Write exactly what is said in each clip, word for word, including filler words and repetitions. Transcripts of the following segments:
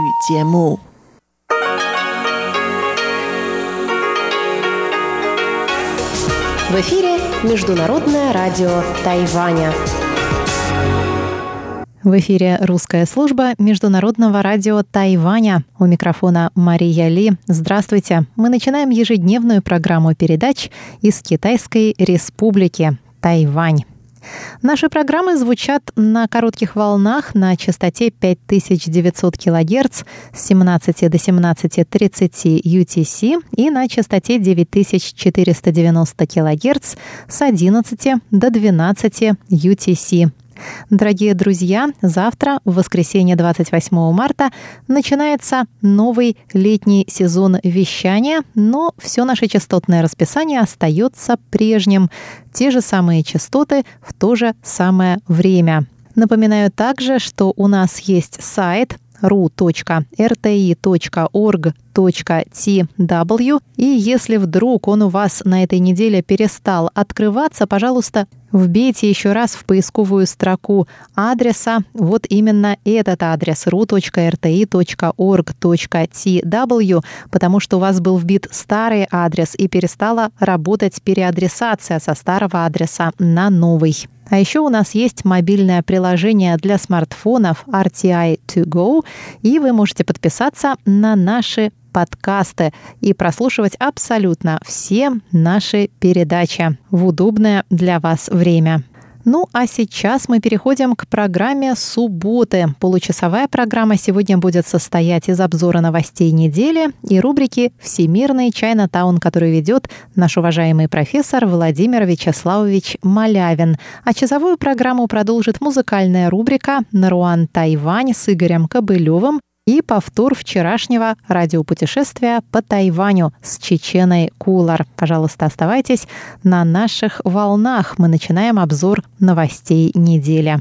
节目。 В эфире Международное радио Тайваня. В эфире русская служба Международного радио Тайваня. У микрофона Мария Ли. Здравствуйте. Мы начинаем ежедневную программу передач из Китайской Республики Тайвань. Наши программы звучат на коротких волнах на частоте пять тысяч девятьсот килогерц с семнадцати до семнадцати тридцати ю ти си и на частоте девять тысяч четыреста девяносто килогерц с одиннадцати до двенадцати ю ти си. Дорогие друзья, завтра, в воскресенье двадцать восьмого марта, начинается новый летний сезон вещания, но все наше частотное расписание остается прежним. Те же самые частоты в то же самое время. Напоминаю также, что у нас есть сайт ру точка эр тэ и точка орг точка ти дабл ю, и если вдруг он у вас на этой неделе перестал открываться, пожалуйста, вбейте еще раз в поисковую строку адреса вот именно этот адрес ру точка эр тэ и точка орг точка ти дабл ю, потому что у вас был вбит старый адрес и перестала работать переадресация со старого адреса на новый. А еще у нас есть мобильное приложение для смартфонов ар ти ай to go, и вы можете подписаться на наши подкасты и прослушивать абсолютно все наши передачи в удобное для вас время. Ну а сейчас мы переходим к программе субботы. Получасовая программа сегодня будет состоять из обзора новостей недели и рубрики «Всемирный Чайнатаун», которую ведет наш уважаемый профессор Владимир Вячеславович Малявин. А часовую программу продолжит музыкальная рубрика «Наруан Тайвань» с Игорем Кобылевым и повтор вчерашнего радиопутешествия по Тайваню с Чеченой Кулар. Пожалуйста, оставайтесь на наших волнах. Мы начинаем обзор новостей недели.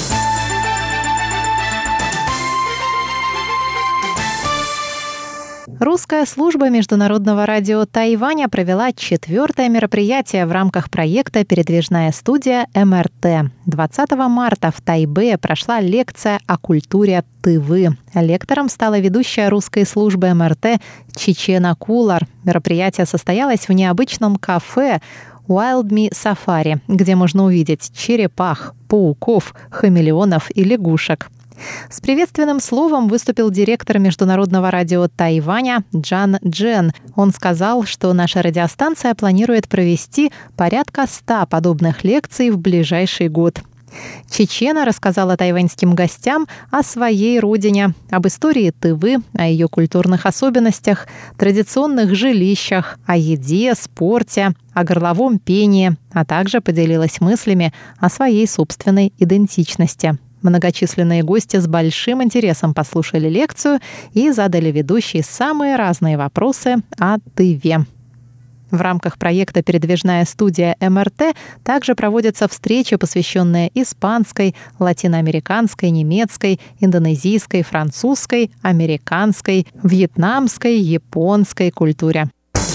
Русская служба Международного радио Тайваня провела четвертое мероприятие в рамках проекта «Передвижная студия эм эр тэ». двадцатого марта в Тайбэе прошла лекция о культуре Тывы. Лектором стала ведущая русской службы эм эр тэ Чечена Кулар. Мероприятие состоялось в необычном кафе Wild Me Safari, где можно увидеть черепах, пауков, хамелеонов и лягушек. С приветственным словом выступил директор Международного радио Тайваня Джан Джен. Он сказал, что наша радиостанция планирует провести порядка ста подобных лекций в ближайший год. Чечена рассказала тайваньским гостям о своей родине, об истории Тывы, о ее культурных особенностях, традиционных жилищах, о еде, спорте, о горловом пении, а также поделилась мыслями о своей собственной идентичности. Многочисленные гости с большим интересом послушали лекцию и задали ведущей самые разные вопросы о Тыве. В рамках проекта «Передвижная студия эм эр тэ» также проводятся встречи, посвященные испанской, латиноамериканской, немецкой, индонезийской, французской, американской, вьетнамской, японской культуре.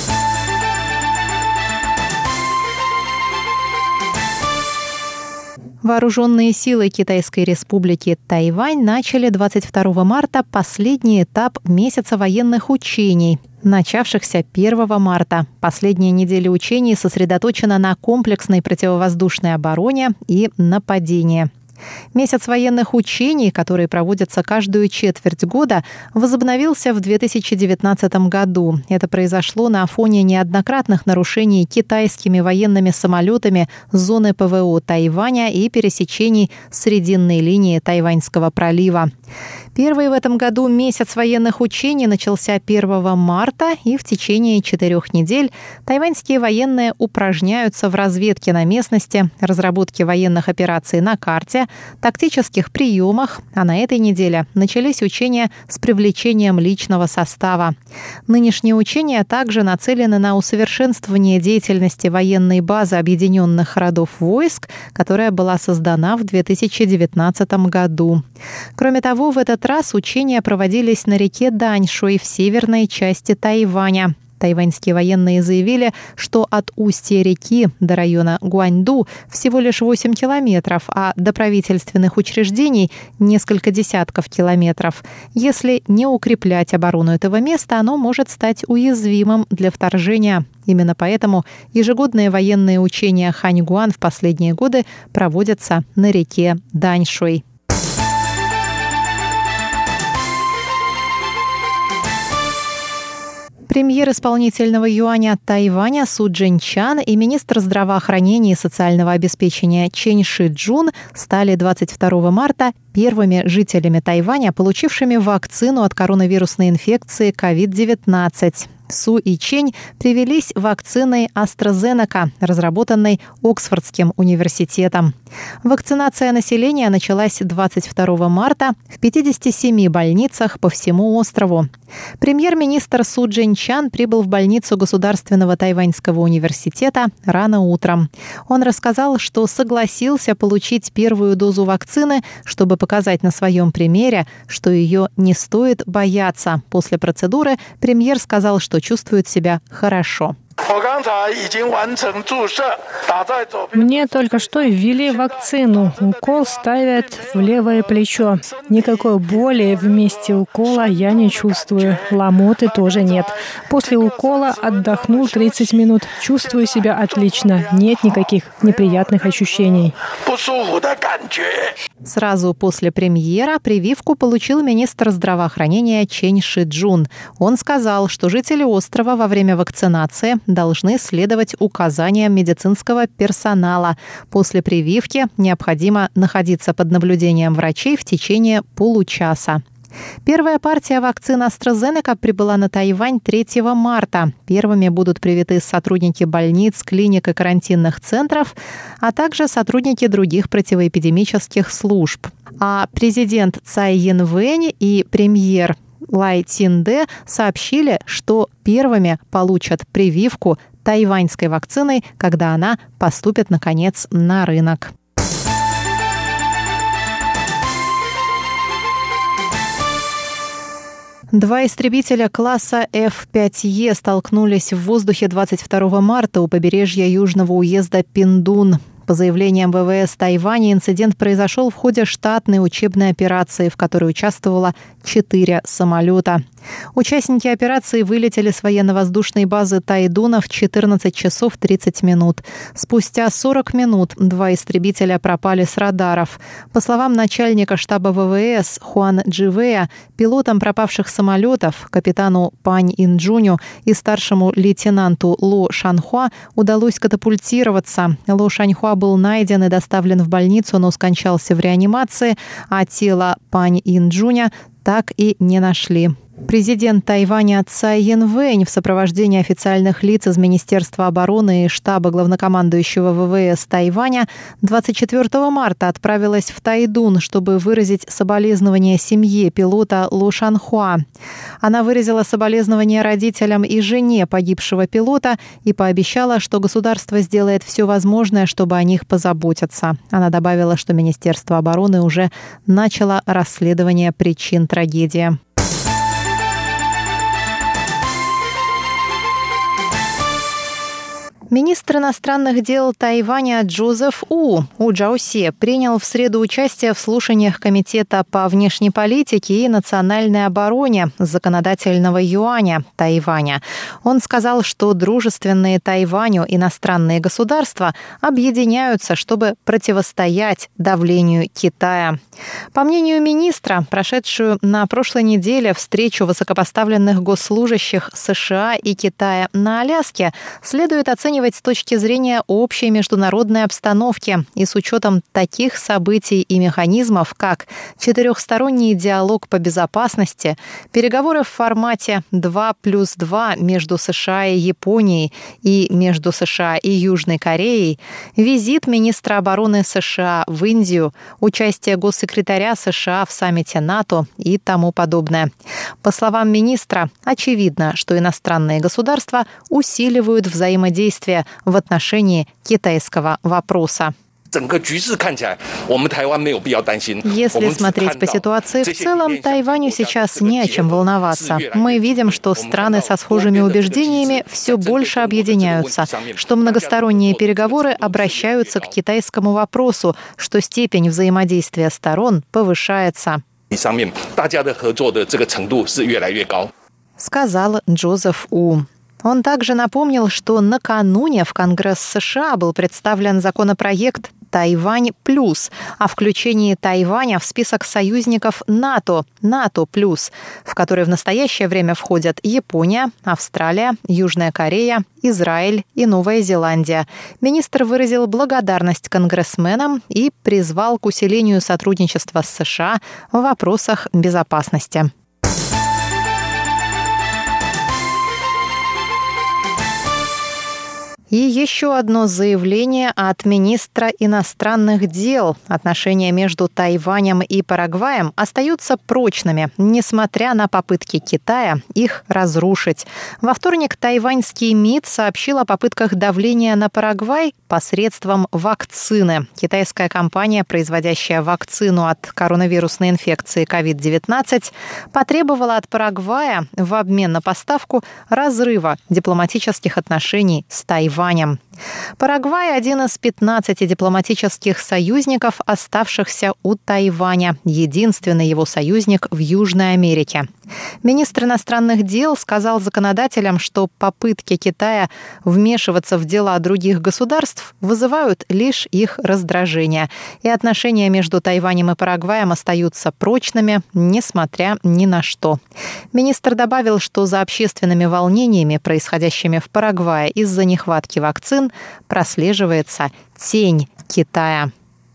Вооруженные силы Китайской Республики Тайвань начали двадцать второго марта последний этап месяца военных учений, начавшихся первого марта. Последняя неделя учений сосредоточена на комплексной противовоздушной обороне и нападении. Месяц военных учений, которые проводятся каждую четверть года, возобновился в две тысячи девятнадцатом году. Это произошло на фоне неоднократных нарушений китайскими военными самолетами зоны пэ вэ о Тайваня и пересечений срединной линии Тайваньского пролива. Первый в этом году месяц военных учений начался первого марта, и в течение четырех недель тайваньские военные упражняются в разведке на местности, разработке военных операций на карте, тактических приемах, а на этой неделе начались учения с привлечением личного состава. Нынешние учения также нацелены на усовершенствование деятельности военной базы Объединенных родов войск, которая была создана в две тысячи девятнадцатом году. Кроме того, в этот раз учения проводились на реке Даньшуй в северной части Тайваня. Тайваньские военные заявили, что от устья реки до района Гуаньду всего лишь восемь километров, а до правительственных учреждений несколько десятков километров. Если не укреплять оборону этого места, оно может стать уязвимым для вторжения. Именно поэтому ежегодные военные учения Ханьгуан в последние годы проводятся на реке Даньшуй. Премьер исполнительного юаня Тайваня Су Чжэньчан и министр здравоохранения и социального обеспечения Чэнь Ши-Джун стали двадцать второго марта первыми жителями Тайваня, получившими вакцину от коронавирусной инфекции ковид девятнадцать. Су и Чэнь привились вакциной AstraZeneca, разработанной Оксфордским университетом. Вакцинация населения началась двадцать второго марта в пятидесяти семи больницах по всему острову. Премьер-министр Су Чжэньчан прибыл в больницу Государственного тайваньского университета рано утром. Он рассказал, что согласился получить первую дозу вакцины, чтобы показать на своем примере, что ее не стоит бояться. После процедуры премьер сказал, что чувствует себя хорошо. Мне только что ввели вакцину. Укол ставят в левое плечо. Никакой боли в месте укола я не чувствую. Ломоты тоже нет. После укола отдохнул тридцать минут. Чувствую себя отлично. Нет никаких неприятных ощущений. Сразу после премьера прививку получил министр здравоохранения Чэнь Ши-Джун. Он сказал, что жители острова во время вакцинации должны следовать указаниям медицинского персонала. После прививки необходимо находиться под наблюдением врачей в течение получаса. Первая партия вакцин AstraZeneca прибыла на Тайвань третьего марта. Первыми будут привиты сотрудники больниц, клиник и карантинных центров, а также сотрудники других противоэпидемических служб. А президент Цай Янвэнь и премьер Лай Цин-де сообщили, что первыми получат прививку тайваньской вакциной, когда она поступит, наконец, на рынок. Два истребителя класса эф пять е столкнулись в воздухе двадцать второго марта у побережья южного уезда Пиндун. По заявлениям вэ вэ эс Тайваня, инцидент произошел в ходе штатной учебной операции, в которой участвовало четыре самолета. Участники операции вылетели с военно-воздушной базы Тайдуна в четырнадцать часов тридцать минут. Спустя сорок минут два истребителя пропали с радаров. По словам начальника штаба вэ вэ эс Хуан Дживея, пилотам пропавших самолетов, капитану Пань Инджуню и старшему лейтенанту Ло Шанхуа удалось катапультироваться. Ло Шанхуа был найден и доставлен в больницу, но скончался в реанимации, а тело Пань Инджуня так и не нашли. Президент Тайваня Цай Янвэнь в сопровождении официальных лиц из Министерства обороны и штаба главнокомандующего вэ вэ эс Тайваня двадцать четвертого марта отправилась в Тайдун, чтобы выразить соболезнования семье пилота Ло Шанхуа. Она выразила соболезнования родителям и жене погибшего пилота и пообещала, что государство сделает все возможное, чтобы о них позаботиться. Она добавила, что Министерство обороны уже начало расследование причин трагедии. Министр иностранных дел Тайваня Джозеф У, У Джаусе, принял в среду участие в слушаниях Комитета по внешней политике и национальной обороне законодательного юаня Тайваня. Он сказал, что дружественные Тайваню иностранные государства объединяются, чтобы противостоять давлению Китая. По мнению министра, прошедшую на прошлой неделе встречу высокопоставленных госслужащих США и Китая на Аляске следует оценивать с точки зрения общей международной обстановки и с учетом таких событий и механизмов, как четырехсторонний диалог по безопасности, переговоры в формате два плюс два между США и Японией и между США и Южной Кореей, визит министра обороны США в Индию, участие госсекретаря США в саммите НАТО и тому подобное. По словам министра, очевидно, что иностранные государства усиливают взаимодействие в отношении китайского вопроса. Если смотреть по ситуации в целом, Тайваню сейчас не о чем волноваться. Мы видим, что страны со схожими убеждениями все больше объединяются, что многосторонние переговоры обращаются к китайскому вопросу, что степень взаимодействия сторон повышается. Сказал Джозеф У. Он также напомнил, что накануне в Конгресс США был представлен законопроект «Тайвань плюс» о включении Тайваня в список союзников НАТО, НАТО плюс, в который в настоящее время входят Япония, Австралия, Южная Корея, Израиль и Новая Зеландия. Министр выразил благодарность конгрессменам и призвал к усилению сотрудничества с США в вопросах безопасности. И еще одно заявление от министра иностранных дел. Отношения между Тайванем и Парагваем остаются прочными, несмотря на попытки Китая их разрушить. Во вторник тайваньский МИД сообщил о попытках давления на Парагвай посредством вакцины. Китайская компания, производящая вакцину от коронавирусной инфекции ковид девятнадцать, потребовала от Парагвая в обмен на поставку разрыва дипломатических отношений с Тайванем. Парагвай – один из пятнадцати дипломатических союзников, оставшихся у Тайваня, единственный его союзник в Южной Америке. Министр иностранных дел сказал законодателям, что попытки Китая вмешиваться в дела других государств вызывают лишь их раздражение, и отношения между Тайванем и Парагваем остаются прочными, несмотря ни на что. Министр добавил, что за общественными волнениями, происходящими в Парагвае из-за нехватки вакцин, прослеживается тень Китая.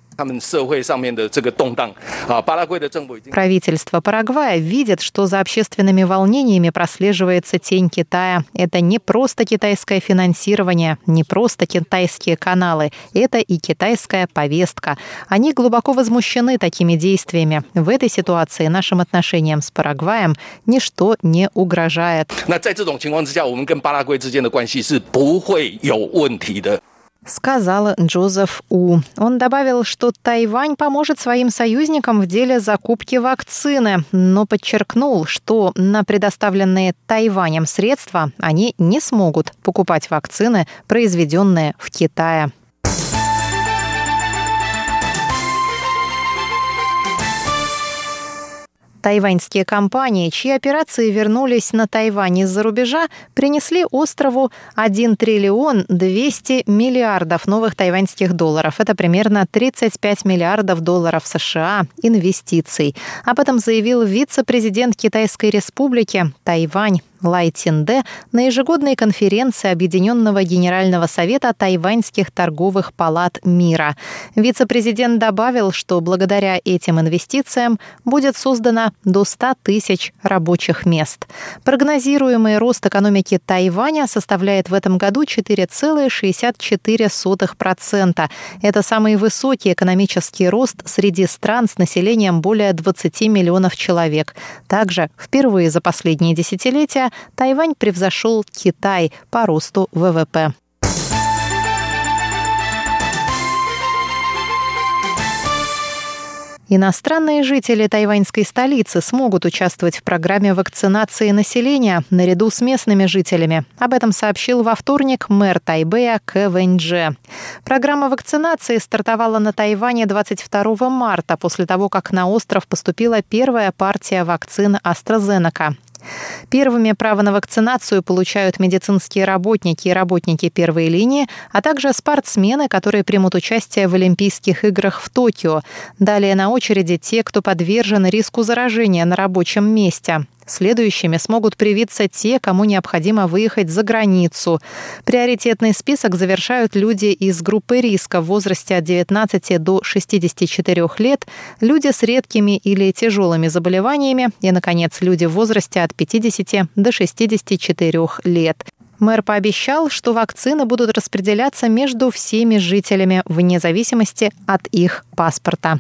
Правительство Парагвая видит, что за общественными волнениями прослеживается тень Китая. Это не просто китайское финансирование, не просто китайские каналы. Это и китайская повестка. Они глубоко возмущены такими действиями. В этой ситуации нашим отношениям с Парагваем ничто не угрожает. Сказал Джозеф У. Он добавил, что Тайвань поможет своим союзникам в деле закупки вакцины, но подчеркнул, что на предоставленные Тайванем средства они не смогут покупать вакцины, произведенные в Китае. Тайваньские компании, чьи операции вернулись на Тайвань из-за рубежа, принесли острову один триллион двести миллиардов новых тайваньских долларов. Это примерно тридцать пять миллиардов долларов США инвестиций. Об этом заявил вице-президент Китайской республики Тайвань Лай Цинде на ежегодной конференции Объединенного Генерального совета тайваньских торговых палат мира. Вице-президент добавил, что благодаря этим инвестициям будет создано до ста тысяч рабочих мест. Прогнозируемый рост экономики Тайваня составляет в этом году четыре целых шестьдесят четыре сотых процента. Это самый высокий экономический рост среди стран с населением более двадцати миллионов человек. Также впервые за последние десятилетия Тайвань превзошел Китай по росту вэ вэ пэ. Иностранные жители тайваньской столицы смогут участвовать в программе вакцинации населения наряду с местными жителями. Об этом сообщил во вторник мэр Тайбэя Кэ Вэньчжэ. Программа вакцинации стартовала на Тайване двадцать второго марта, после того, как на остров поступила первая партия вакцин AstraZeneca. Первыми право на вакцинацию получают медицинские работники и работники первой линии, а также спортсмены, которые примут участие в Олимпийских играх в Токио. Далее на очереди те, кто подвержен риску заражения на рабочем месте. Следующими смогут привиться те, кому необходимо выехать за границу. Приоритетный список завершают люди из группы риска в возрасте от девятнадцати до шестидесяти четырёх лет, люди с редкими или тяжелыми заболеваниями и, наконец, люди в возрасте от пятидесяти до шестидесяти четырёх лет. Мэр пообещал, что вакцины будут распределяться между всеми жителями вне зависимости от их паспорта.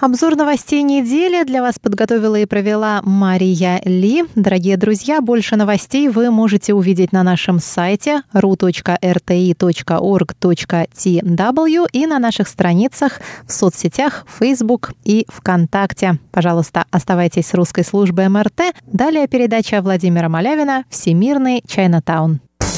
Обзор новостей недели для вас подготовила и провела Мария Ли. Дорогие друзья, больше новостей вы можете увидеть на нашем сайте ru точка эр тэ и точка орг точка ти дабл ю и на наших страницах в соцсетях Facebook и ВКонтакте. Пожалуйста, оставайтесь с русской службой эм эр тэ. Далее передача Владимира Малявина «Всемирный Чайнатаун».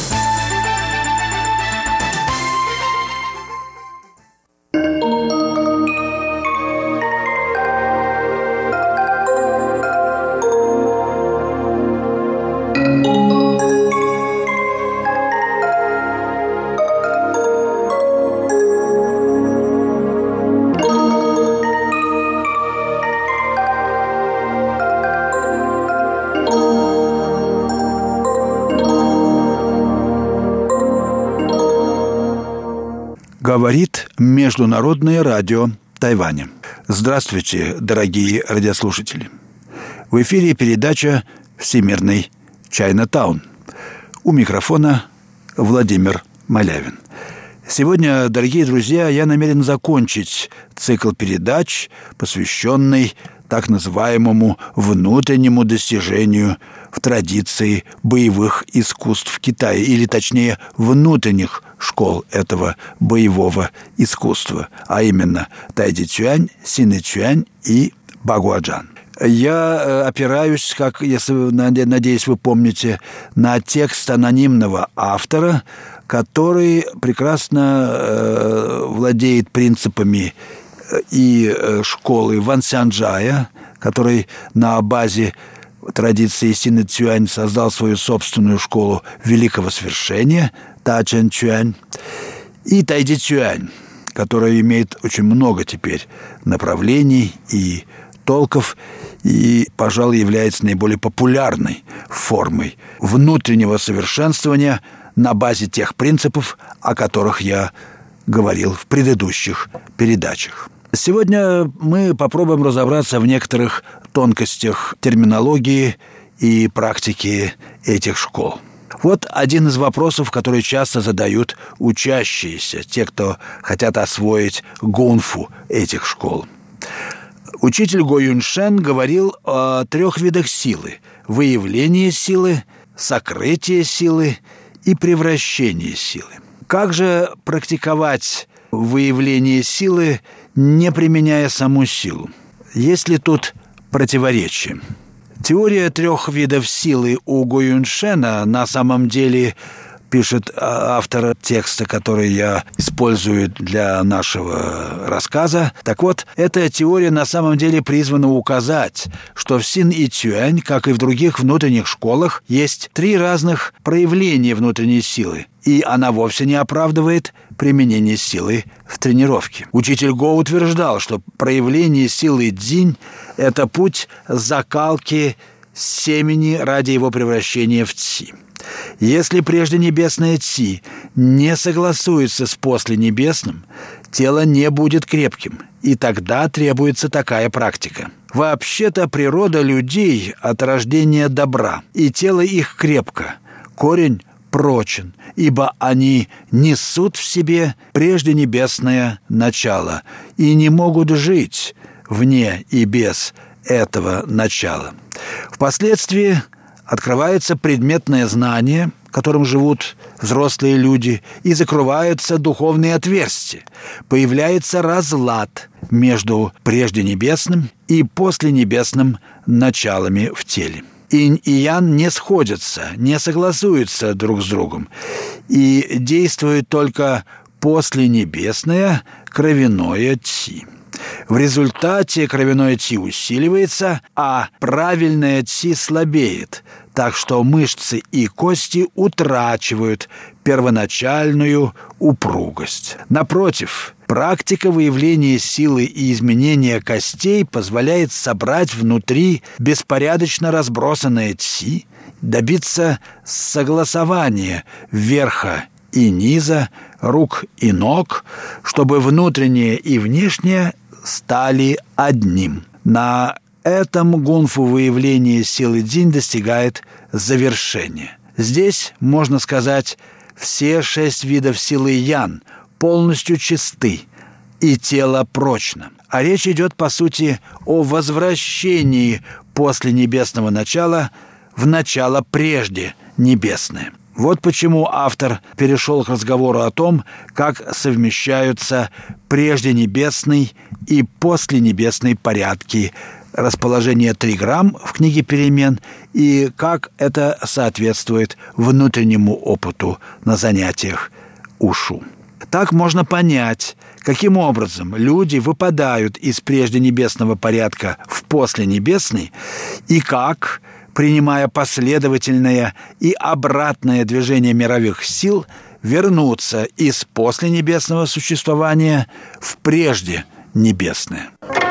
Говорит Международное радио Тайваня. Здравствуйте, дорогие радиослушатели. В эфире передача «Всемирный Чайнатаун». У микрофона Владимир Малявин. Сегодня, дорогие друзья, я намерен закончить цикл передач, посвященный так называемому внутреннему достижению в традиции боевых искусств в Китае, или точнее внутренних школ этого боевого искусства, а именно Тайди-Цюань, Сине-Цюань и Багуаджан. Я опираюсь, как, если, надеюсь, вы помните, на текст анонимного автора, который прекрасно э, владеет принципами и школы Вансянджая, который на базе традиции Сине-Цюань создал свою собственную школу великого свершения Та-Чэн-Цюань, и Тайди-Цюань, которая имеет очень много теперь направлений и толков, и, пожалуй, является наиболее популярной формой внутреннего совершенствования на базе тех принципов, о которых я говорил в предыдущих передачах. Сегодня мы попробуем разобраться в некоторых тонкостях терминологии и практики этих школ. Вот один из вопросов, которые часто задают учащиеся, те, кто хотят освоить гунфу этих школ. Учитель Го Юньшен говорил о трех видах силы: выявление силы, сокрытие силы и превращение силы. Как же практиковать выявление силы, не применяя саму силу? Есть ли тут противоречие? Теория трех видов силы у Го Юньшена на самом деле, пишет автор текста, который я использую для нашего рассказа. Так вот, эта теория на самом деле призвана указать, что в Син и Цюань, как и в других внутренних школах, есть три разных проявления внутренней силы, и она вовсе не оправдывает применение силы в тренировке. Учитель Го утверждал, что проявление силы дзинь – это путь закалки семени ради его превращения в ци. Если прежде небесное ци не согласуется с после небесным, тело не будет крепким, и тогда требуется такая практика. Вообще-то природа людей от рождения добра, и тело их крепко, корень прочен, ибо они несут в себе прежде небесное начало и не могут жить вне и без этого начала. Впоследствии открывается предметное знание, которым живут взрослые люди, и закрываются духовные отверстия. Появляется разлад между прежде небесным и после небесным началами в теле. Инь и ян не сходятся, не согласуются друг с другом, и действует только посленебесное кровяное ци. В результате кровяное ци усиливается, а правильное ци слабеет, так что мышцы и кости утрачивают первоначальную упругость. Напротив, практика выявления силы и изменения костей позволяет собрать внутри беспорядочно разбросанное ци, добиться согласования верха и низа, рук и ног, чтобы внутреннее и внешнее стали одним. На этом гунфу выявления силы дзинь достигает завершения. Здесь, можно сказать, все шесть видов силы ян полностью чисты, и тело прочно. А речь идет, по сути, о возвращении после небесного начала в начало прежде небесное. Вот почему автор перешел к разговору о том, как совмещаются прежде небесный и после небесный порядки расположения триграмм в книге «Перемен» и как это соответствует внутреннему опыту на занятиях ушу. Так можно понять, каким образом люди выпадают из прежденебесного порядка в посленебесный и как, принимая последовательное и обратное движение мировых сил, вернуться из посленебесного существования в прежденебесное.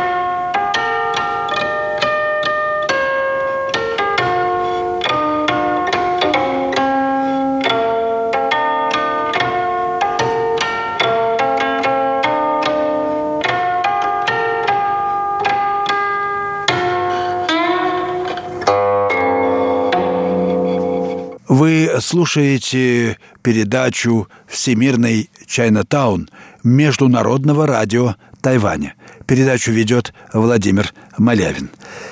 Вы слушаете передачу «Всемирный Чайна-таун» Международного радио Тайваня. Передачу ведет Владимир Малявин.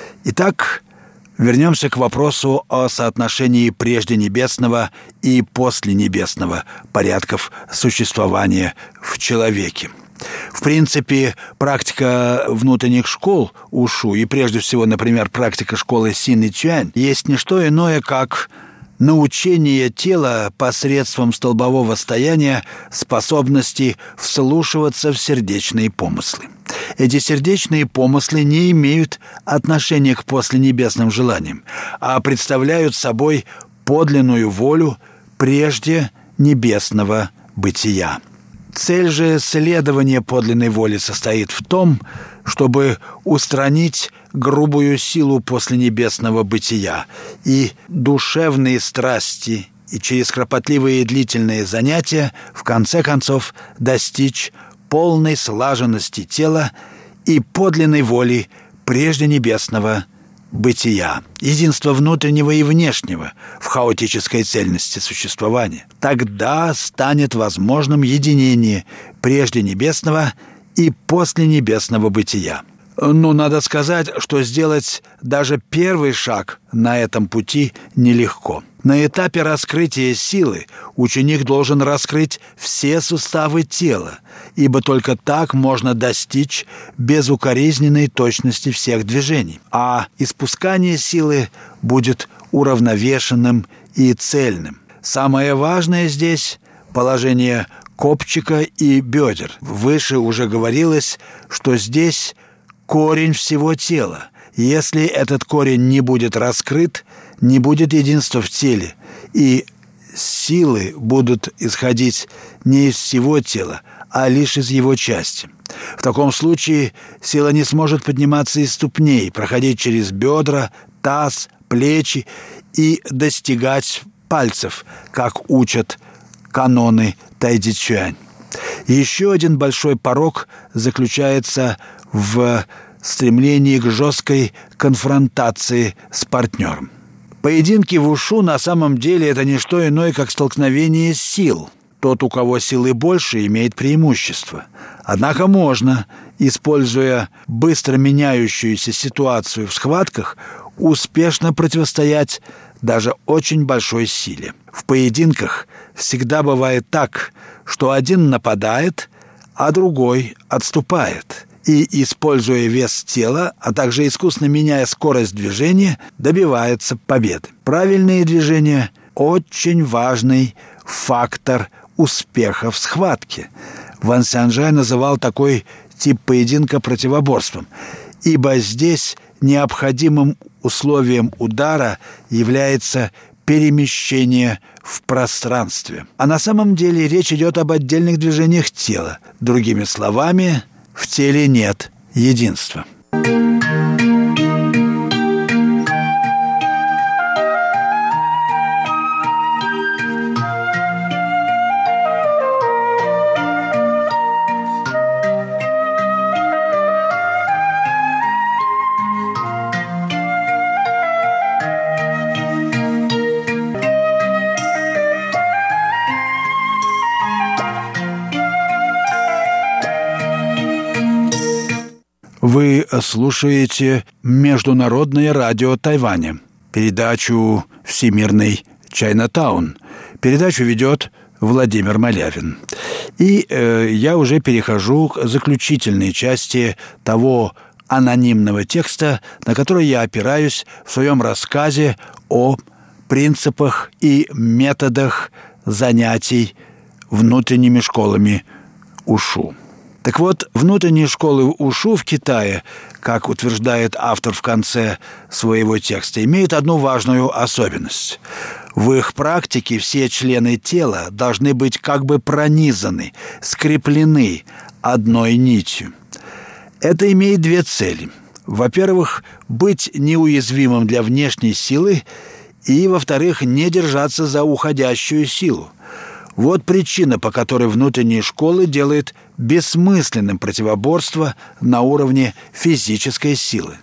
Итак, вернемся к вопросу о соотношении прежденебесного и посленебесного порядков существования в человеке. В принципе, практика внутренних школ ушу, и прежде всего, например, практика школы Син и Цюань, есть не что иное, как научение тела посредством столбового стояния способности вслушиваться в сердечные помыслы. Эти сердечные помыслы не имеют отношения к посленебесным желаниям, а представляют собой подлинную волю прежде небесного бытия. Цель же следования подлинной воли состоит в том, чтобы устранить грубую силу посленебесного бытия и душевные страсти, и через кропотливые и длительные занятия в конце концов достичь полной слаженности тела и подлинной воли прежденебесного бытия, единства внутреннего и внешнего в хаотической цельности существования. Тогда станет возможным единение прежденебесного и посленебесного бытия. Ну, надо сказать, что сделать даже первый шаг на этом пути нелегко. На этапе раскрытия силы ученик должен раскрыть все суставы тела, ибо только так можно достичь безукоризненной точности всех движений, а испускание силы будет уравновешенным и цельным. Самое важное здесь – положение копчика и бедер. Выше уже говорилось, что здесь корень всего тела. Если этот корень не будет раскрыт, не будет единства в теле, и силы будут исходить не из всего тела, а лишь из его части. В таком случае сила не сможет подниматься из ступней, проходить через бедра, таз, плечи и достигать пальцев, как учат каноны Тайдзи-Цюань. Еще один большой порок заключается в стремлении к жесткой конфронтации с партнером. Поединки в ушу на самом деле это не что иное, как столкновение сил. Тот, у кого силы больше, имеет преимущество. Однако можно, используя быстро меняющуюся ситуацию в схватках, успешно противостоять даже очень большой силе. В поединках всегда бывает так, что один нападает, а другой отступает. И, используя вес тела, а также искусно меняя скорость движения, добивается победы. Правильные движения – очень важный фактор успеха в схватке. Ван Сянжай называл такой тип поединка противоборством, ибо здесь необходимым условием удара является перемещение в пространстве. А на самом деле речь идет об отдельных движениях тела. Другими словами, в теле нет единства. Вы слушаете Международное радио Тайваня, передачу «Всемирный Чайна-таун». Передачу ведет Владимир Малявин. И э, я уже перехожу к заключительной части того анонимного текста, на который я опираюсь в своем рассказе о принципах и методах занятий внутренними школами ушу. Так вот, внутренние школы ушу в Китае, как утверждает автор в конце своего текста, имеют одну важную особенность. В их практике все члены тела должны быть как бы пронизаны, скреплены одной нитью. Это имеет две цели. Во-первых, быть неуязвимым для внешней силы, и, во-вторых, не держаться за уходящую силу. Вот причина, по которой внутренние школы делают бессмысленным противоборство на уровне физической силы.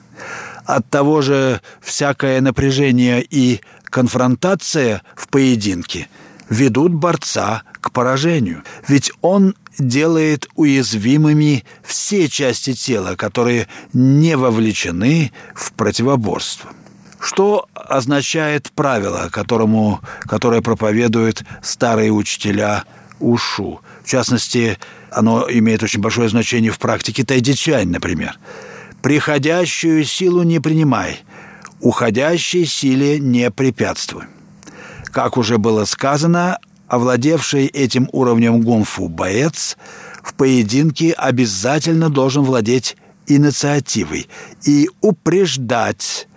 Оттого же всякое напряжение и конфронтация в поединке ведут борца к поражению. Ведь он делает уязвимыми все части тела, которые не вовлечены в противоборство. Что означает правило, которому, которое проповедуют старые учителя ушу? В частности, оно имеет очень большое значение в практике тайдичань, например. «Приходящую силу не принимай, уходящей силе не препятствуй». Как уже было сказано, овладевший этим уровнем гунфу боец в поединке обязательно должен владеть инициативой и упреждать,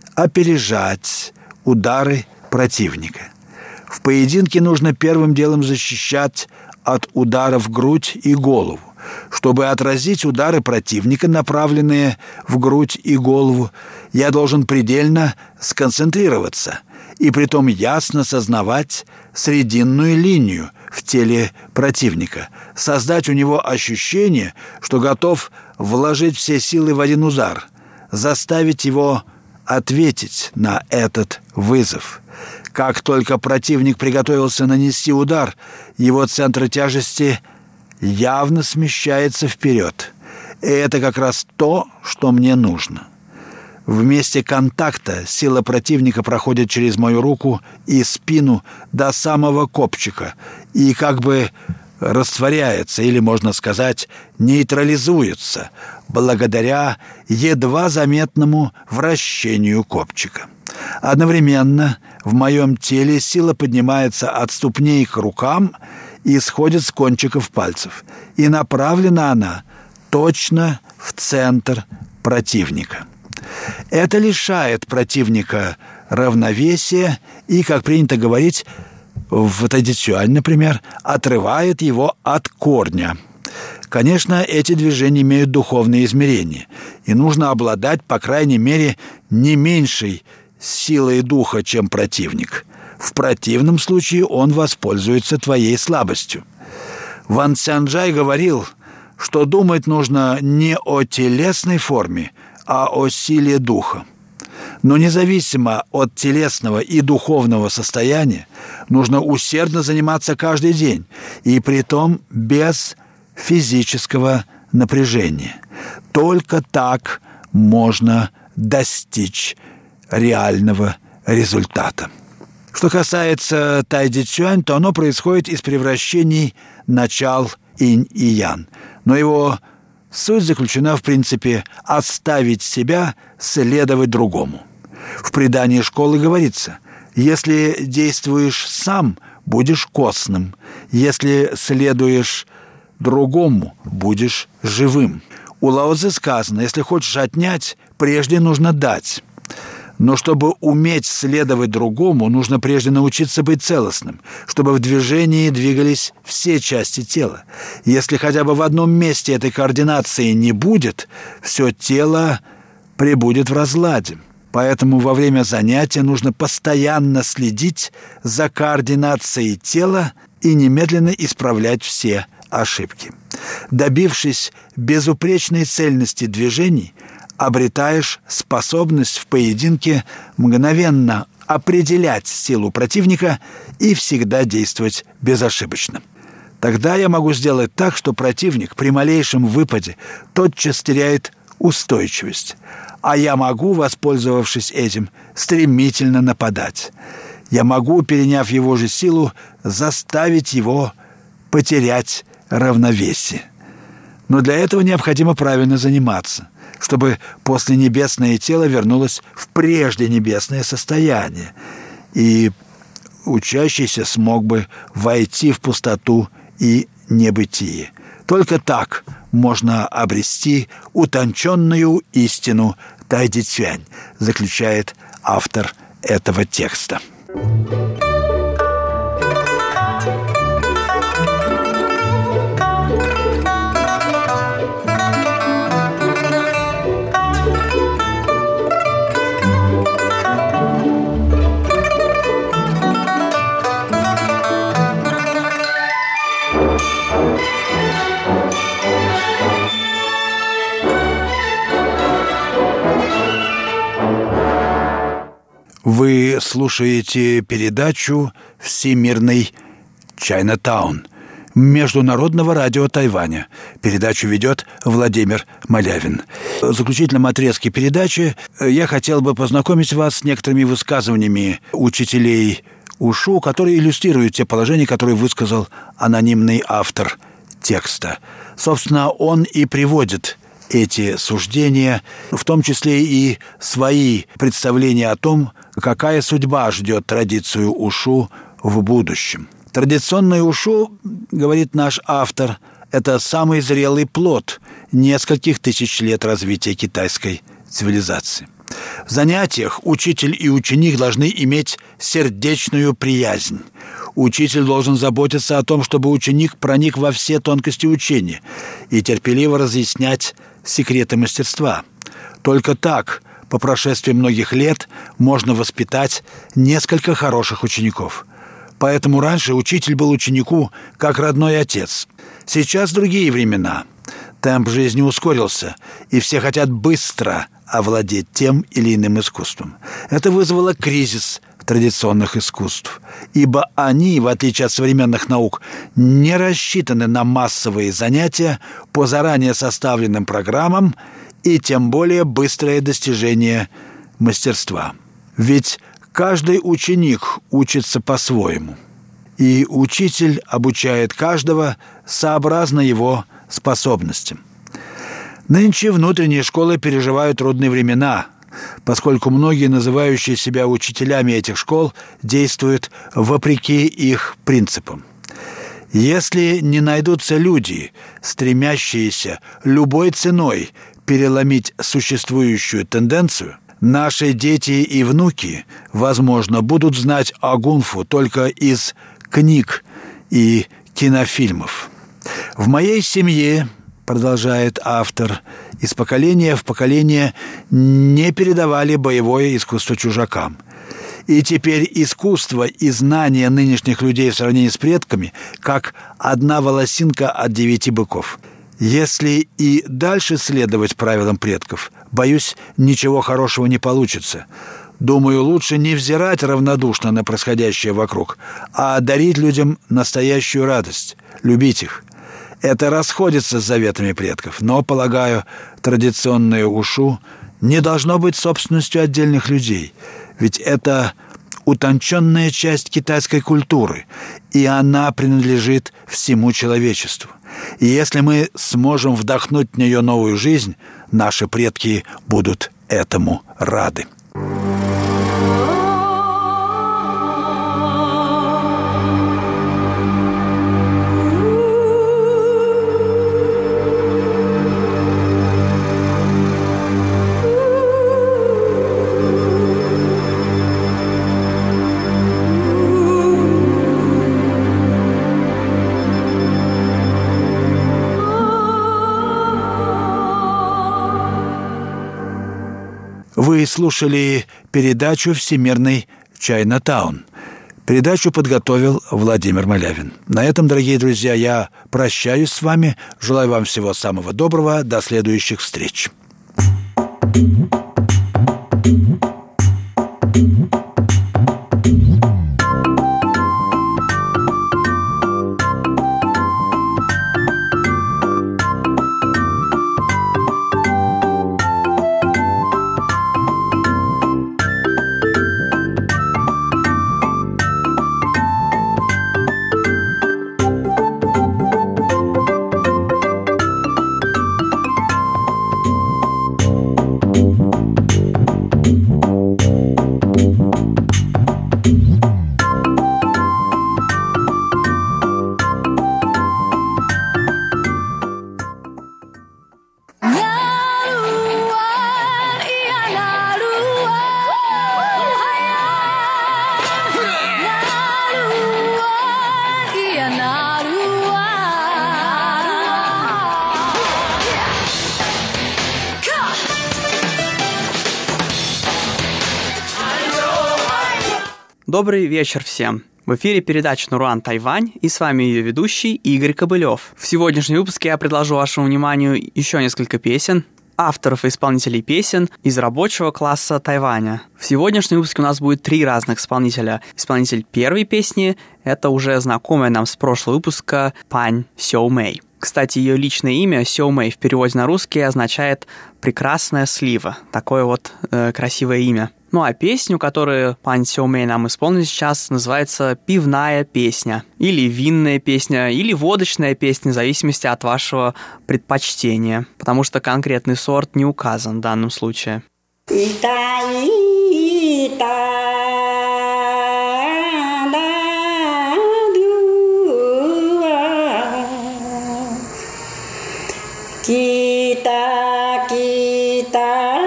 опережать удары противника. В поединке нужно первым делом защищать от ударов в грудь и голову. Чтобы отразить удары противника, направленные в грудь и голову, я должен предельно сконцентрироваться и притом ясно сознавать срединную линию в теле противника, создать у него ощущение, что готов вложить все силы в один удар, заставить его ответить на этот вызов. Как только противник приготовился нанести удар, его центр тяжести явно смещается вперед. И это как раз то, что мне нужно. В месте контакта сила противника проходит через мою руку и спину до самого копчика и как бы растворяется, или, можно сказать, нейтрализуется, благодаря едва заметному вращению копчика. Одновременно в моем теле сила поднимается от ступней к рукам и сходит с кончиков пальцев, и направлена она точно в центр противника. Это лишает противника равновесия и, как принято говорить, в тайдичань, например, отрывает его от корня. Конечно, эти движения имеют духовные измерения, и нужно обладать, по крайней мере, не меньшей силой духа, чем противник. В противном случае он воспользуется твоей слабостью. Ван Цзяньжай говорил, что думать нужно не о телесной форме, а о силе духа. Но независимо от телесного и духовного состояния, нужно усердно заниматься каждый день, и притом без физического напряжения. Только так можно достичь реального результата. Что касается тайдичань, то оно происходит из превращений начал инь и ян. Но его суть заключена в принципе оставить себя, следовать другому. В предании школы говорится: если действуешь сам, будешь костным, если следуешь другому, будешь живым. У Лао Цзы сказано: если хочешь отнять, прежде нужно дать. Но чтобы уметь следовать другому, нужно прежде научиться быть целостным, чтобы в движении двигались все части тела. Если хотя бы в одном месте этой координации не будет, все тело пребудет в разладе. Поэтому во время занятия нужно постоянно следить за координацией тела и немедленно исправлять все ошибки. Добившись безупречной цельности движений, обретаешь способность в поединке мгновенно определять силу противника и всегда действовать безошибочно. Тогда я могу сделать так, что противник при малейшем выпаде тотчас теряет устойчивость. А я могу, воспользовавшись этим, стремительно нападать. Я могу, переняв его же силу, заставить его потерять равновесие. Но для этого необходимо правильно заниматься, чтобы после небесное тело вернулось в прежде небесное состояние, и учащийся смог бы войти в пустоту и небытие. Только так можно обрести утонченную истину Тайди Цюань, заключает автор этого текста. Вы слушаете передачу «Всемирный Чайна-таун» Международного радио Тайваня. Передачу ведет Владимир Малявин. В заключительном отрезке передачи я хотел бы познакомить вас с некоторыми высказываниями учителей УШУ, которые иллюстрируют те положения, которые высказал анонимный автор текста. Собственно, он и приводит эти суждения, в том числе и свои представления о том, какая судьба ждет традицию УШУ в будущем. Традиционная УШУ, говорит наш автор, это самый зрелый плод нескольких тысяч лет развития китайской цивилизации. В занятиях учитель и ученик должны иметь сердечную приязнь. Учитель должен заботиться о том, чтобы ученик проник во все тонкости учения и терпеливо разъяснять секреты мастерства. Только так, по прошествии многих лет, можно воспитать несколько хороших учеников. Поэтому раньше учитель был ученику как родной отец. Сейчас другие времена. Темп жизни ускорился, и все хотят быстро овладеть тем или иным искусством. Это вызвало кризис традиционных искусств, ибо они, в отличие от современных наук, не рассчитаны на массовые занятия по заранее составленным программам и тем более быстрое достижение мастерства. Ведь каждый ученик учится по-своему, и учитель обучает каждого сообразно его способностям. Нынче внутренние школы переживают трудные времена, поскольку многие, называющие себя учителями этих школ, действуют вопреки их принципам. Если не найдутся люди, стремящиеся любой ценой переломить существующую тенденцию, наши дети и внуки, возможно, будут знать о гунфу только из книг и кинофильмов. В моей семье, продолжает автор, из поколения в поколение не передавали боевое искусство чужакам. И теперь искусство и знания нынешних людей в сравнении с предками как одна волосинка от девяти быков. Если и дальше следовать правилам предков, боюсь, ничего хорошего не получится. Думаю, лучше не взирать равнодушно на происходящее вокруг, а дарить людям настоящую радость, любить их. Это расходится с заветами предков, но, полагаю, традиционное ушу не должно быть собственностью отдельных людей, ведь это утонченная часть китайской культуры, и она принадлежит всему человечеству. И если мы сможем вдохнуть в нее новую жизнь, наши предки будут этому рады. Вы слушали передачу «Всемирный Чайна-таун». Передачу подготовил Владимир Малявин. На этом, дорогие друзья, я прощаюсь с вами. Желаю вам всего самого доброго. До следующих встреч. Добрый вечер всем. В эфире передача «Нуруан Тайвань» и с вами ее ведущий Игорь Кобылев. В сегодняшнем выпуске я предложу вашему вниманию еще несколько песен, авторов и исполнителей песен из рабочего класса Тайваня. В сегодняшнем выпуске у нас будет три разных исполнителя. Исполнитель первой песни – это уже знакомая нам с прошлого выпуска Пань Сяо Мэй. Кстати, ее личное имя Сяо Мэй в переводе на русский означает «прекрасная слива». Такое вот э, красивое имя. Ну а песню, которую Пань Сяо Мэй нам исполнит сейчас, называется «Пивная песня» или «Винная песня» или «Водочная песня», в зависимости от вашего предпочтения, потому что конкретный сорт не указан в данном случае. Kita kita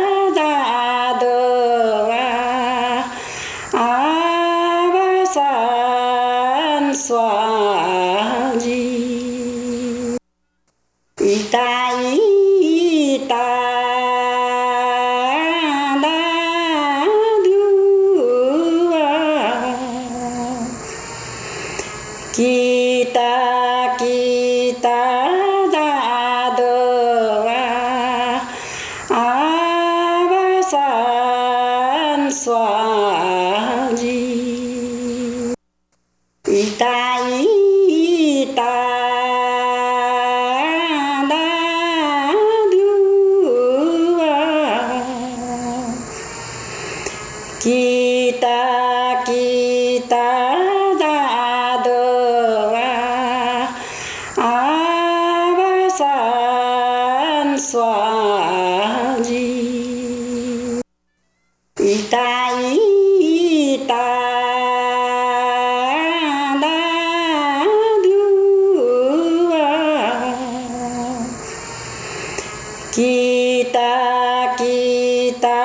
jadua awasan swaji ita ita dadua kita kita Kita kita jadua awasan swaji ita ita dadua kita kita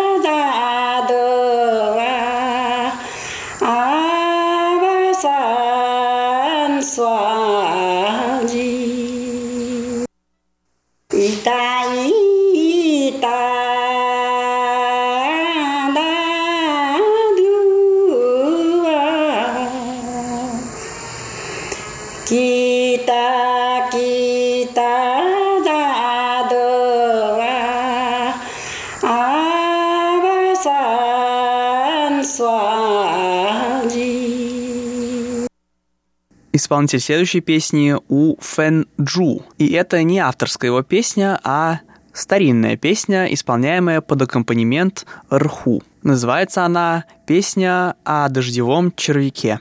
Kita kita jadua awasan swaji. Исполнитель следующей песни У Фэн Джу. И это не авторская его песня, а старинная песня, исполняемая под аккомпанемент эрху. Называется она «Песня о дождевом червяке».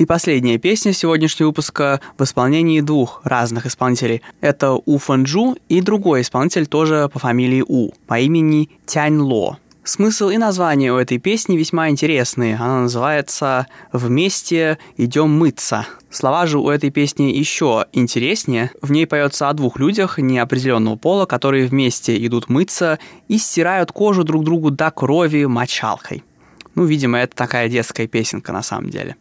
И последняя песня сегодняшнего выпуска в исполнении двух разных исполнителей. Это У Фэнджу и другой исполнитель тоже по фамилии У, по имени Тянь Ло. Смысл и название у этой песни весьма интересные. Она называется «Вместе идем мыться». Слова же у этой песни еще интереснее. В ней поется о двух людях неопределенного пола, которые вместе идут мыться и стирают кожу друг другу до крови мочалкой. Ну, видимо, это такая детская песенка на самом деле.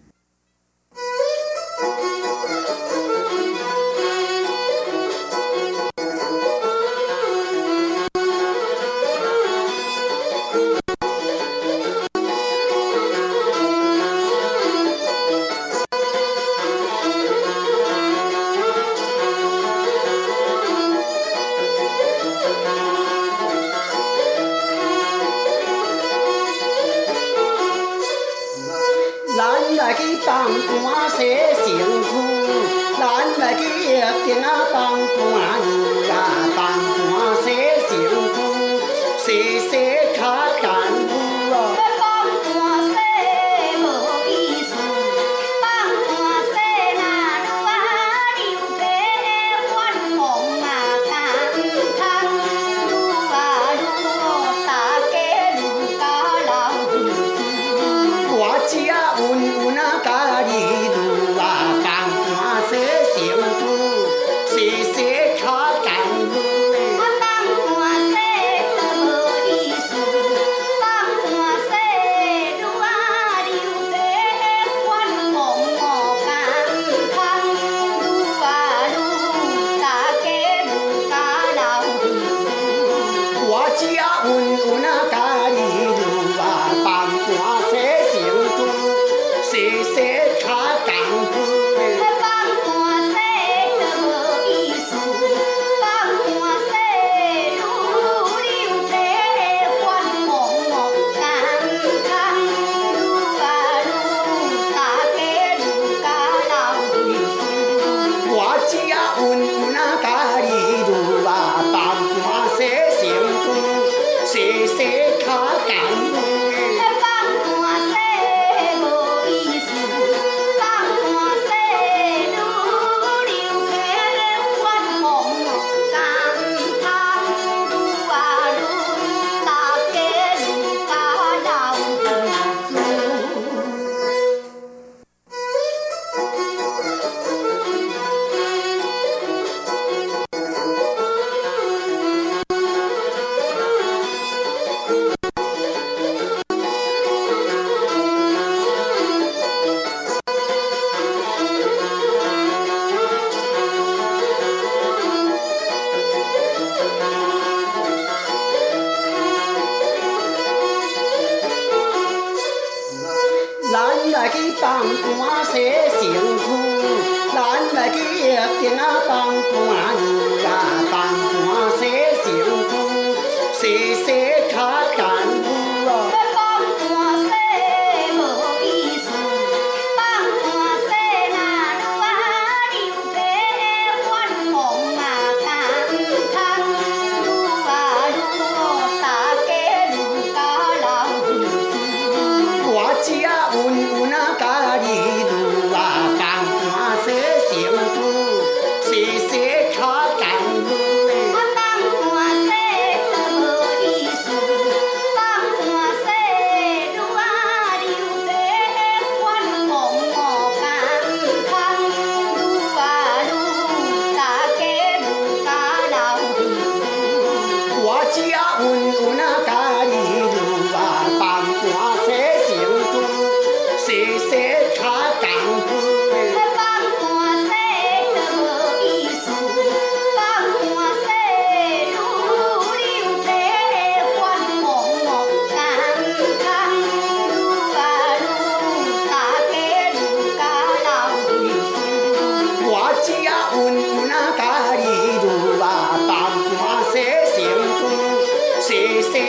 谢谢。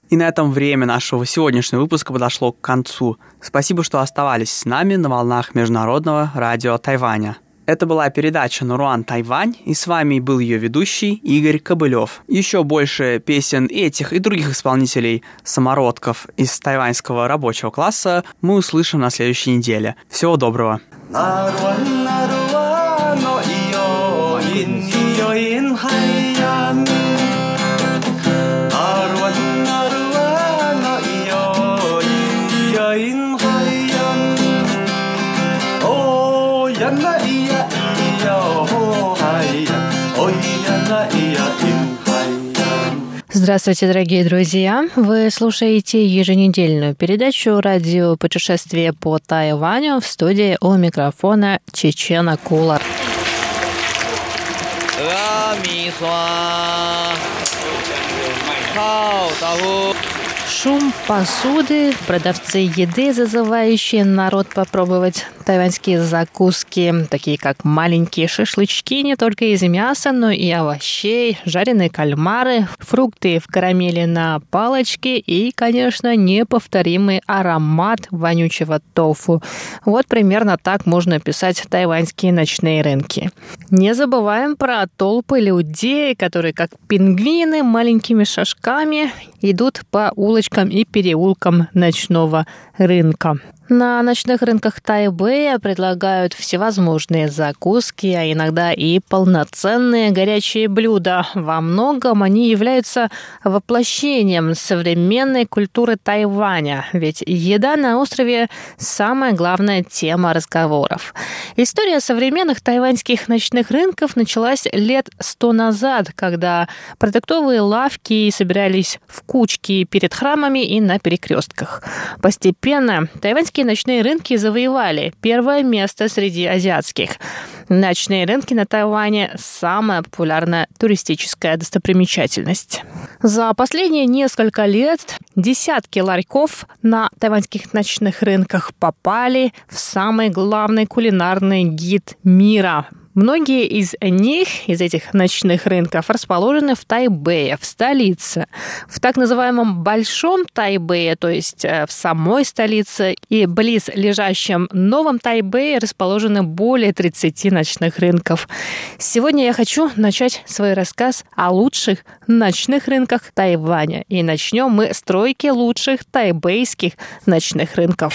И на этом время нашего сегодняшнего выпуска подошло к концу. Спасибо, что оставались с нами на волнах Международного радио Тайваня. Это была передача «Наруан Тайвань», и с вами был ее ведущий Игорь Кобылев. Еще больше песен этих и других исполнителей-самородков из тайваньского рабочего класса мы услышим на следующей неделе. Всего доброго! Здравствуйте, дорогие друзья! Вы слушаете еженедельную передачу «Радио путешествие по Тайваню», в студии у микрофона Чечена Кулар. Шум посуды, продавцы еды, зазывающие народ попробовать тайваньские закуски, такие как маленькие шашлычки не только из мяса, но и овощей, жареные кальмары, фрукты в карамели на палочке и, конечно, неповторимый аромат вонючего тофу. Вот примерно так можно описать тайваньские ночные рынки. Не забываем про толпы людей, которые, как пингвины, маленькими шажками идут по улочкам и переулкам ночного рынка. На ночных рынках Тайбэя предлагают всевозможные закуски, а иногда и полноценные горячие блюда. Во многом они являются воплощением современной культуры Тайваня, ведь еда на острове – самая главная тема разговоров. История современных тайваньских ночных рынков началась лет сто назад, когда продуктовые лавки собирались в кучки перед храмами и на перекрестках. Постепенно тайваньские ночные рынки завоевали первое место среди азиатских. Ночные рынки на Тайване – самая популярная туристическая достопримечательность. За последние несколько лет десятки ларьков на тайваньских ночных рынках попали в самый главный кулинарный гид мира. Многие из них, из этих ночных рынков, расположены в Тайбэе, в столице. В так называемом Большом Тайбэе, то есть в самой столице, и близ лежащем Новом Тайбэе расположены более тридцати ночных рынков. Сегодня я хочу начать свой рассказ о лучших ночных рынках Тайваня. И начнем мы с тройки лучших тайбэйских ночных рынков.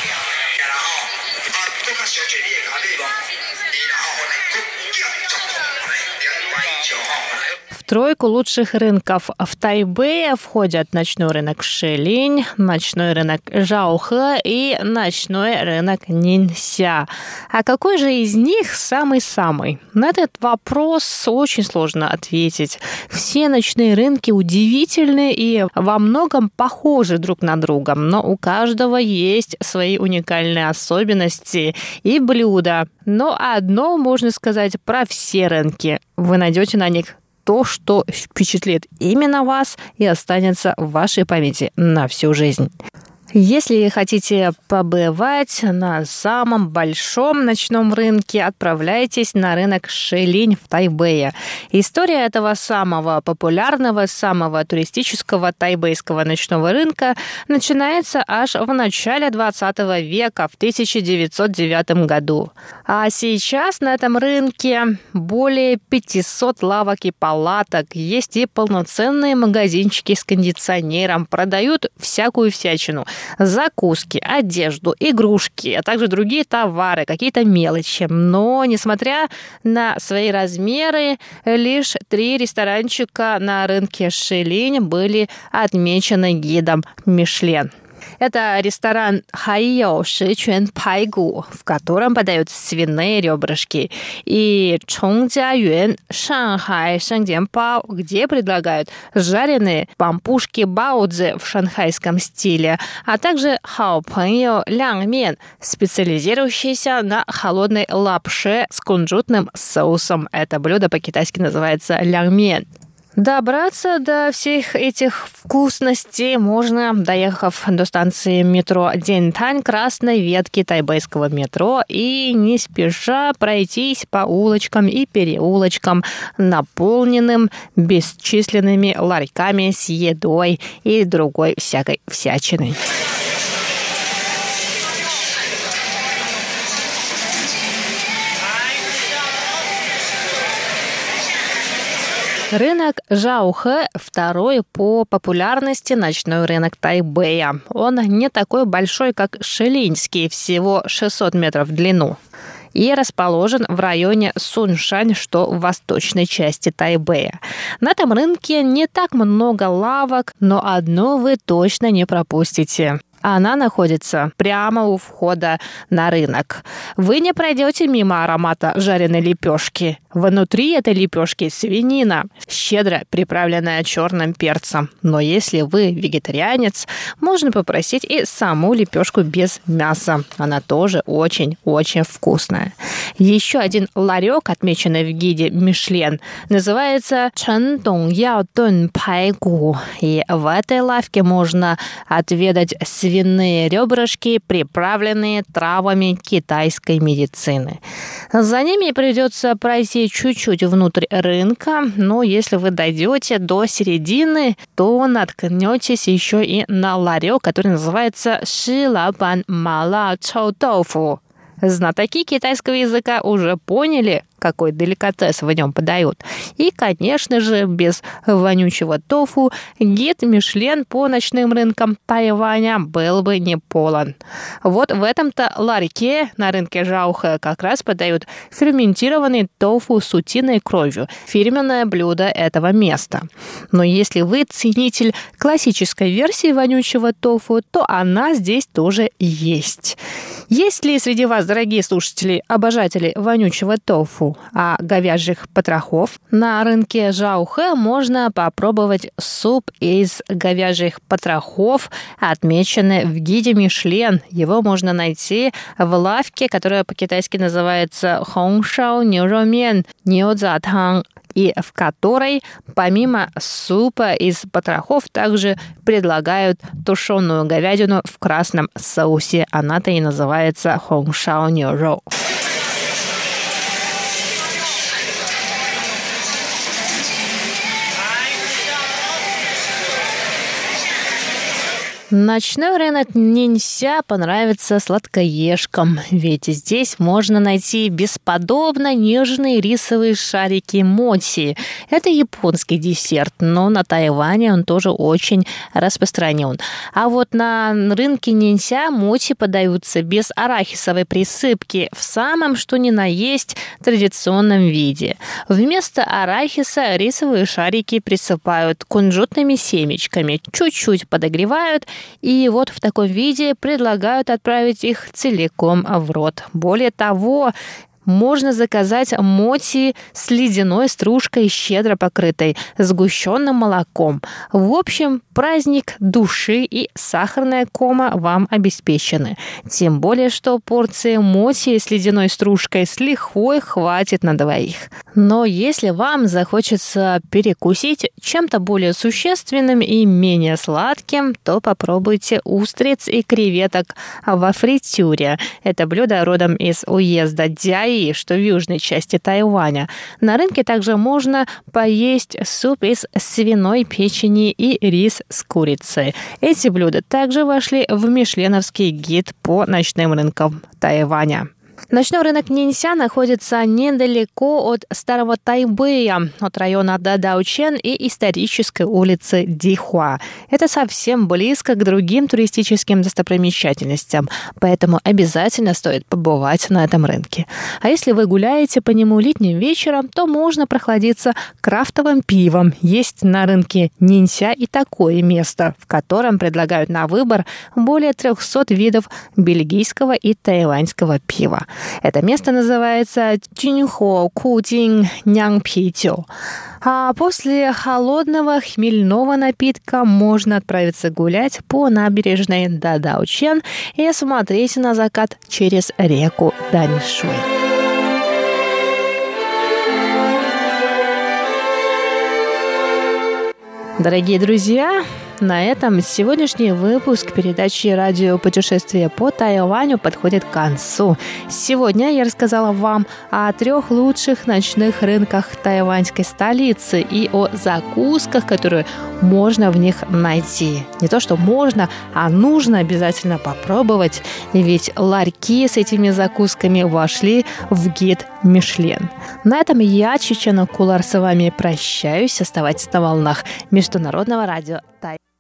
В тройку лучших рынков в Тайбэе входят ночной рынок Шилинь, ночной рынок Жаохэ и ночной рынок Нинся. А какой же из них самый-самый? На этот вопрос очень сложно ответить. Все ночные рынки удивительны и во многом похожи друг на друга, но у каждого есть свои уникальные особенности и блюда. Но одно можно сказать про все рынки. Вы найдете на них то, что впечатлит именно вас и останется в вашей памяти на всю жизнь. Если хотите побывать на самом большом ночном рынке, отправляйтесь на рынок Шилинь в Тайбэе. История этого самого популярного, самого туристического тайбэйского ночного рынка начинается аж в начале двадцатого века, в тысяча девятьсот девятом году. А сейчас на этом рынке более пятисот лавок и палаток, есть и полноценные магазинчики с кондиционером, продают всякую всячину. Закуски, одежду, игрушки, а также другие товары, какие-то мелочи. Но, несмотря на свои размеры, лишь три ресторанчика на рынке Шилинь были отмечены гидом Мишлен. Это ресторан Хайоу Шичуэн Пайгу, в котором подают свиные ребрышки, и Чонgjia Шанхай Шэньдян Бао, где предлагают жареные пампушки баоцзи в шанхайском стиле, а также Хао Пэньо Лянмен, специализирующийся на холодной лапше с кунжутным соусом. Это блюдо по-китайски называется лянмен. Добраться до всех этих вкусностей можно, доехав до станции метро Дентань красной ветки тайбэйского метро и не спеша пройтись по улочкам и переулочкам, наполненным бесчисленными ларьками с едой и другой всякой всячиной. Рынок Жаохэ – второй по популярности ночной рынок Тайбэя. Он не такой большой, как Шилинский, всего шестьсот метров в длину, и расположен в районе Суншань, что в восточной части Тайбэя. На этом рынке не так много лавок, но одно вы точно не пропустите. Она находится прямо у входа на рынок. Вы не пройдете мимо аромата жареной лепешки. Внутри этой лепешки свинина, щедро приправленная черным перцем. Но если вы вегетарианец, можно попросить и саму лепешку без мяса. Она тоже очень-очень вкусная. Еще один ларек, отмеченный в гиде Мишлен, называется Чэн Дong Яо Дун Пайгу. И в этой лавке можно отведать свиные ребрышки, приправленные травами китайской медицины. За ними придется пройти чуть-чуть внутрь рынка, но если вы дойдете до середины, то наткнетесь еще и на ларек, который называется Ши Лабан Мала Чоу Тофу. Знатоки китайского языка уже поняли, какой деликатес в нем подают. И, конечно же, без вонючего тофу гид Мишлен по ночным рынкам Тайваня был бы не полон. Вот в этом-то ларьке на рынке Жаохэ как раз подают ферментированный тофу с утиной кровью, фирменное блюдо этого места. Но если вы ценитель классической версии вонючего тофу, то она здесь тоже есть. Есть ли среди вас, дорогие слушатели, обожатели вонючего тофу? А говяжьих потрохов? На рынке Жаохэ можно попробовать суп из говяжьих потрохов, отмеченный в гиде Мишлен. Его можно найти в лавке, которая по-китайски называется Хонгшао Нюромен Нюцзатang, и в которой помимо супа из потрохов также предлагают тушеную говядину в красном соусе. Она-то и называется Хонгшао Нюро. Ночной рынок Нинся понравится сладкоежкам, ведь здесь можно найти бесподобно нежные рисовые шарики моти. Это японский десерт, но на Тайване он тоже очень распространен. А вот на рынке Нинся моти подаются без арахисовой присыпки, в самом что ни на есть традиционном виде. Вместо арахиса рисовые шарики присыпают кунжутными семечками, чуть-чуть подогревают, и вот в таком виде предлагают отправить их целиком в рот. Более того, можно заказать моти с ледяной стружкой, щедро покрытой сгущенным молоком. В общем, праздник души и сахарная кома вам обеспечены. Тем более, что порции моти с ледяной стружкой с лихвой хватит на двоих. Но если вам захочется перекусить чем-то более существенным и менее сладким, то попробуйте устриц и креветок во фритюре. Это блюдо родом из уезда Дяи, что в южной части Тайваня. На рынке также можно поесть суп из свиной печени и рис с курицей. Эти блюда также вошли в мишленовский гид по ночным рынкам Тайваня. Ночной рынок Нинся находится недалеко от Старого Тайбэя, от района Дадаочен и исторической улицы Дихуа. Это совсем близко к другим туристическим достопримечательностям, поэтому обязательно стоит побывать на этом рынке. А если вы гуляете по нему летним вечером, то можно прохладиться крафтовым пивом. Есть на рынке Нинся и такое место, в котором предлагают на выбор более трехсот видов бельгийского и тайваньского пива. Это место называется Джинхо Кудин Нянпичо. А после холодного хмельного напитка можно отправиться гулять по набережной Дадаочен и смотреть на закат через реку Даньшуй. Дорогие друзья, на этом сегодняшний выпуск передачи «Радио путешествие по Тайваню» подходит к концу. Сегодня я рассказала вам о трех лучших ночных рынках тайваньской столицы и о закусках, которые можно в них найти. Не то, что можно, а нужно обязательно попробовать, ведь ларьки с этими закусками вошли в гид Мишлен. На этом я, Чечена Кулар, с вами прощаюсь. Оставайтесь на волнах Международного радио Тайвань.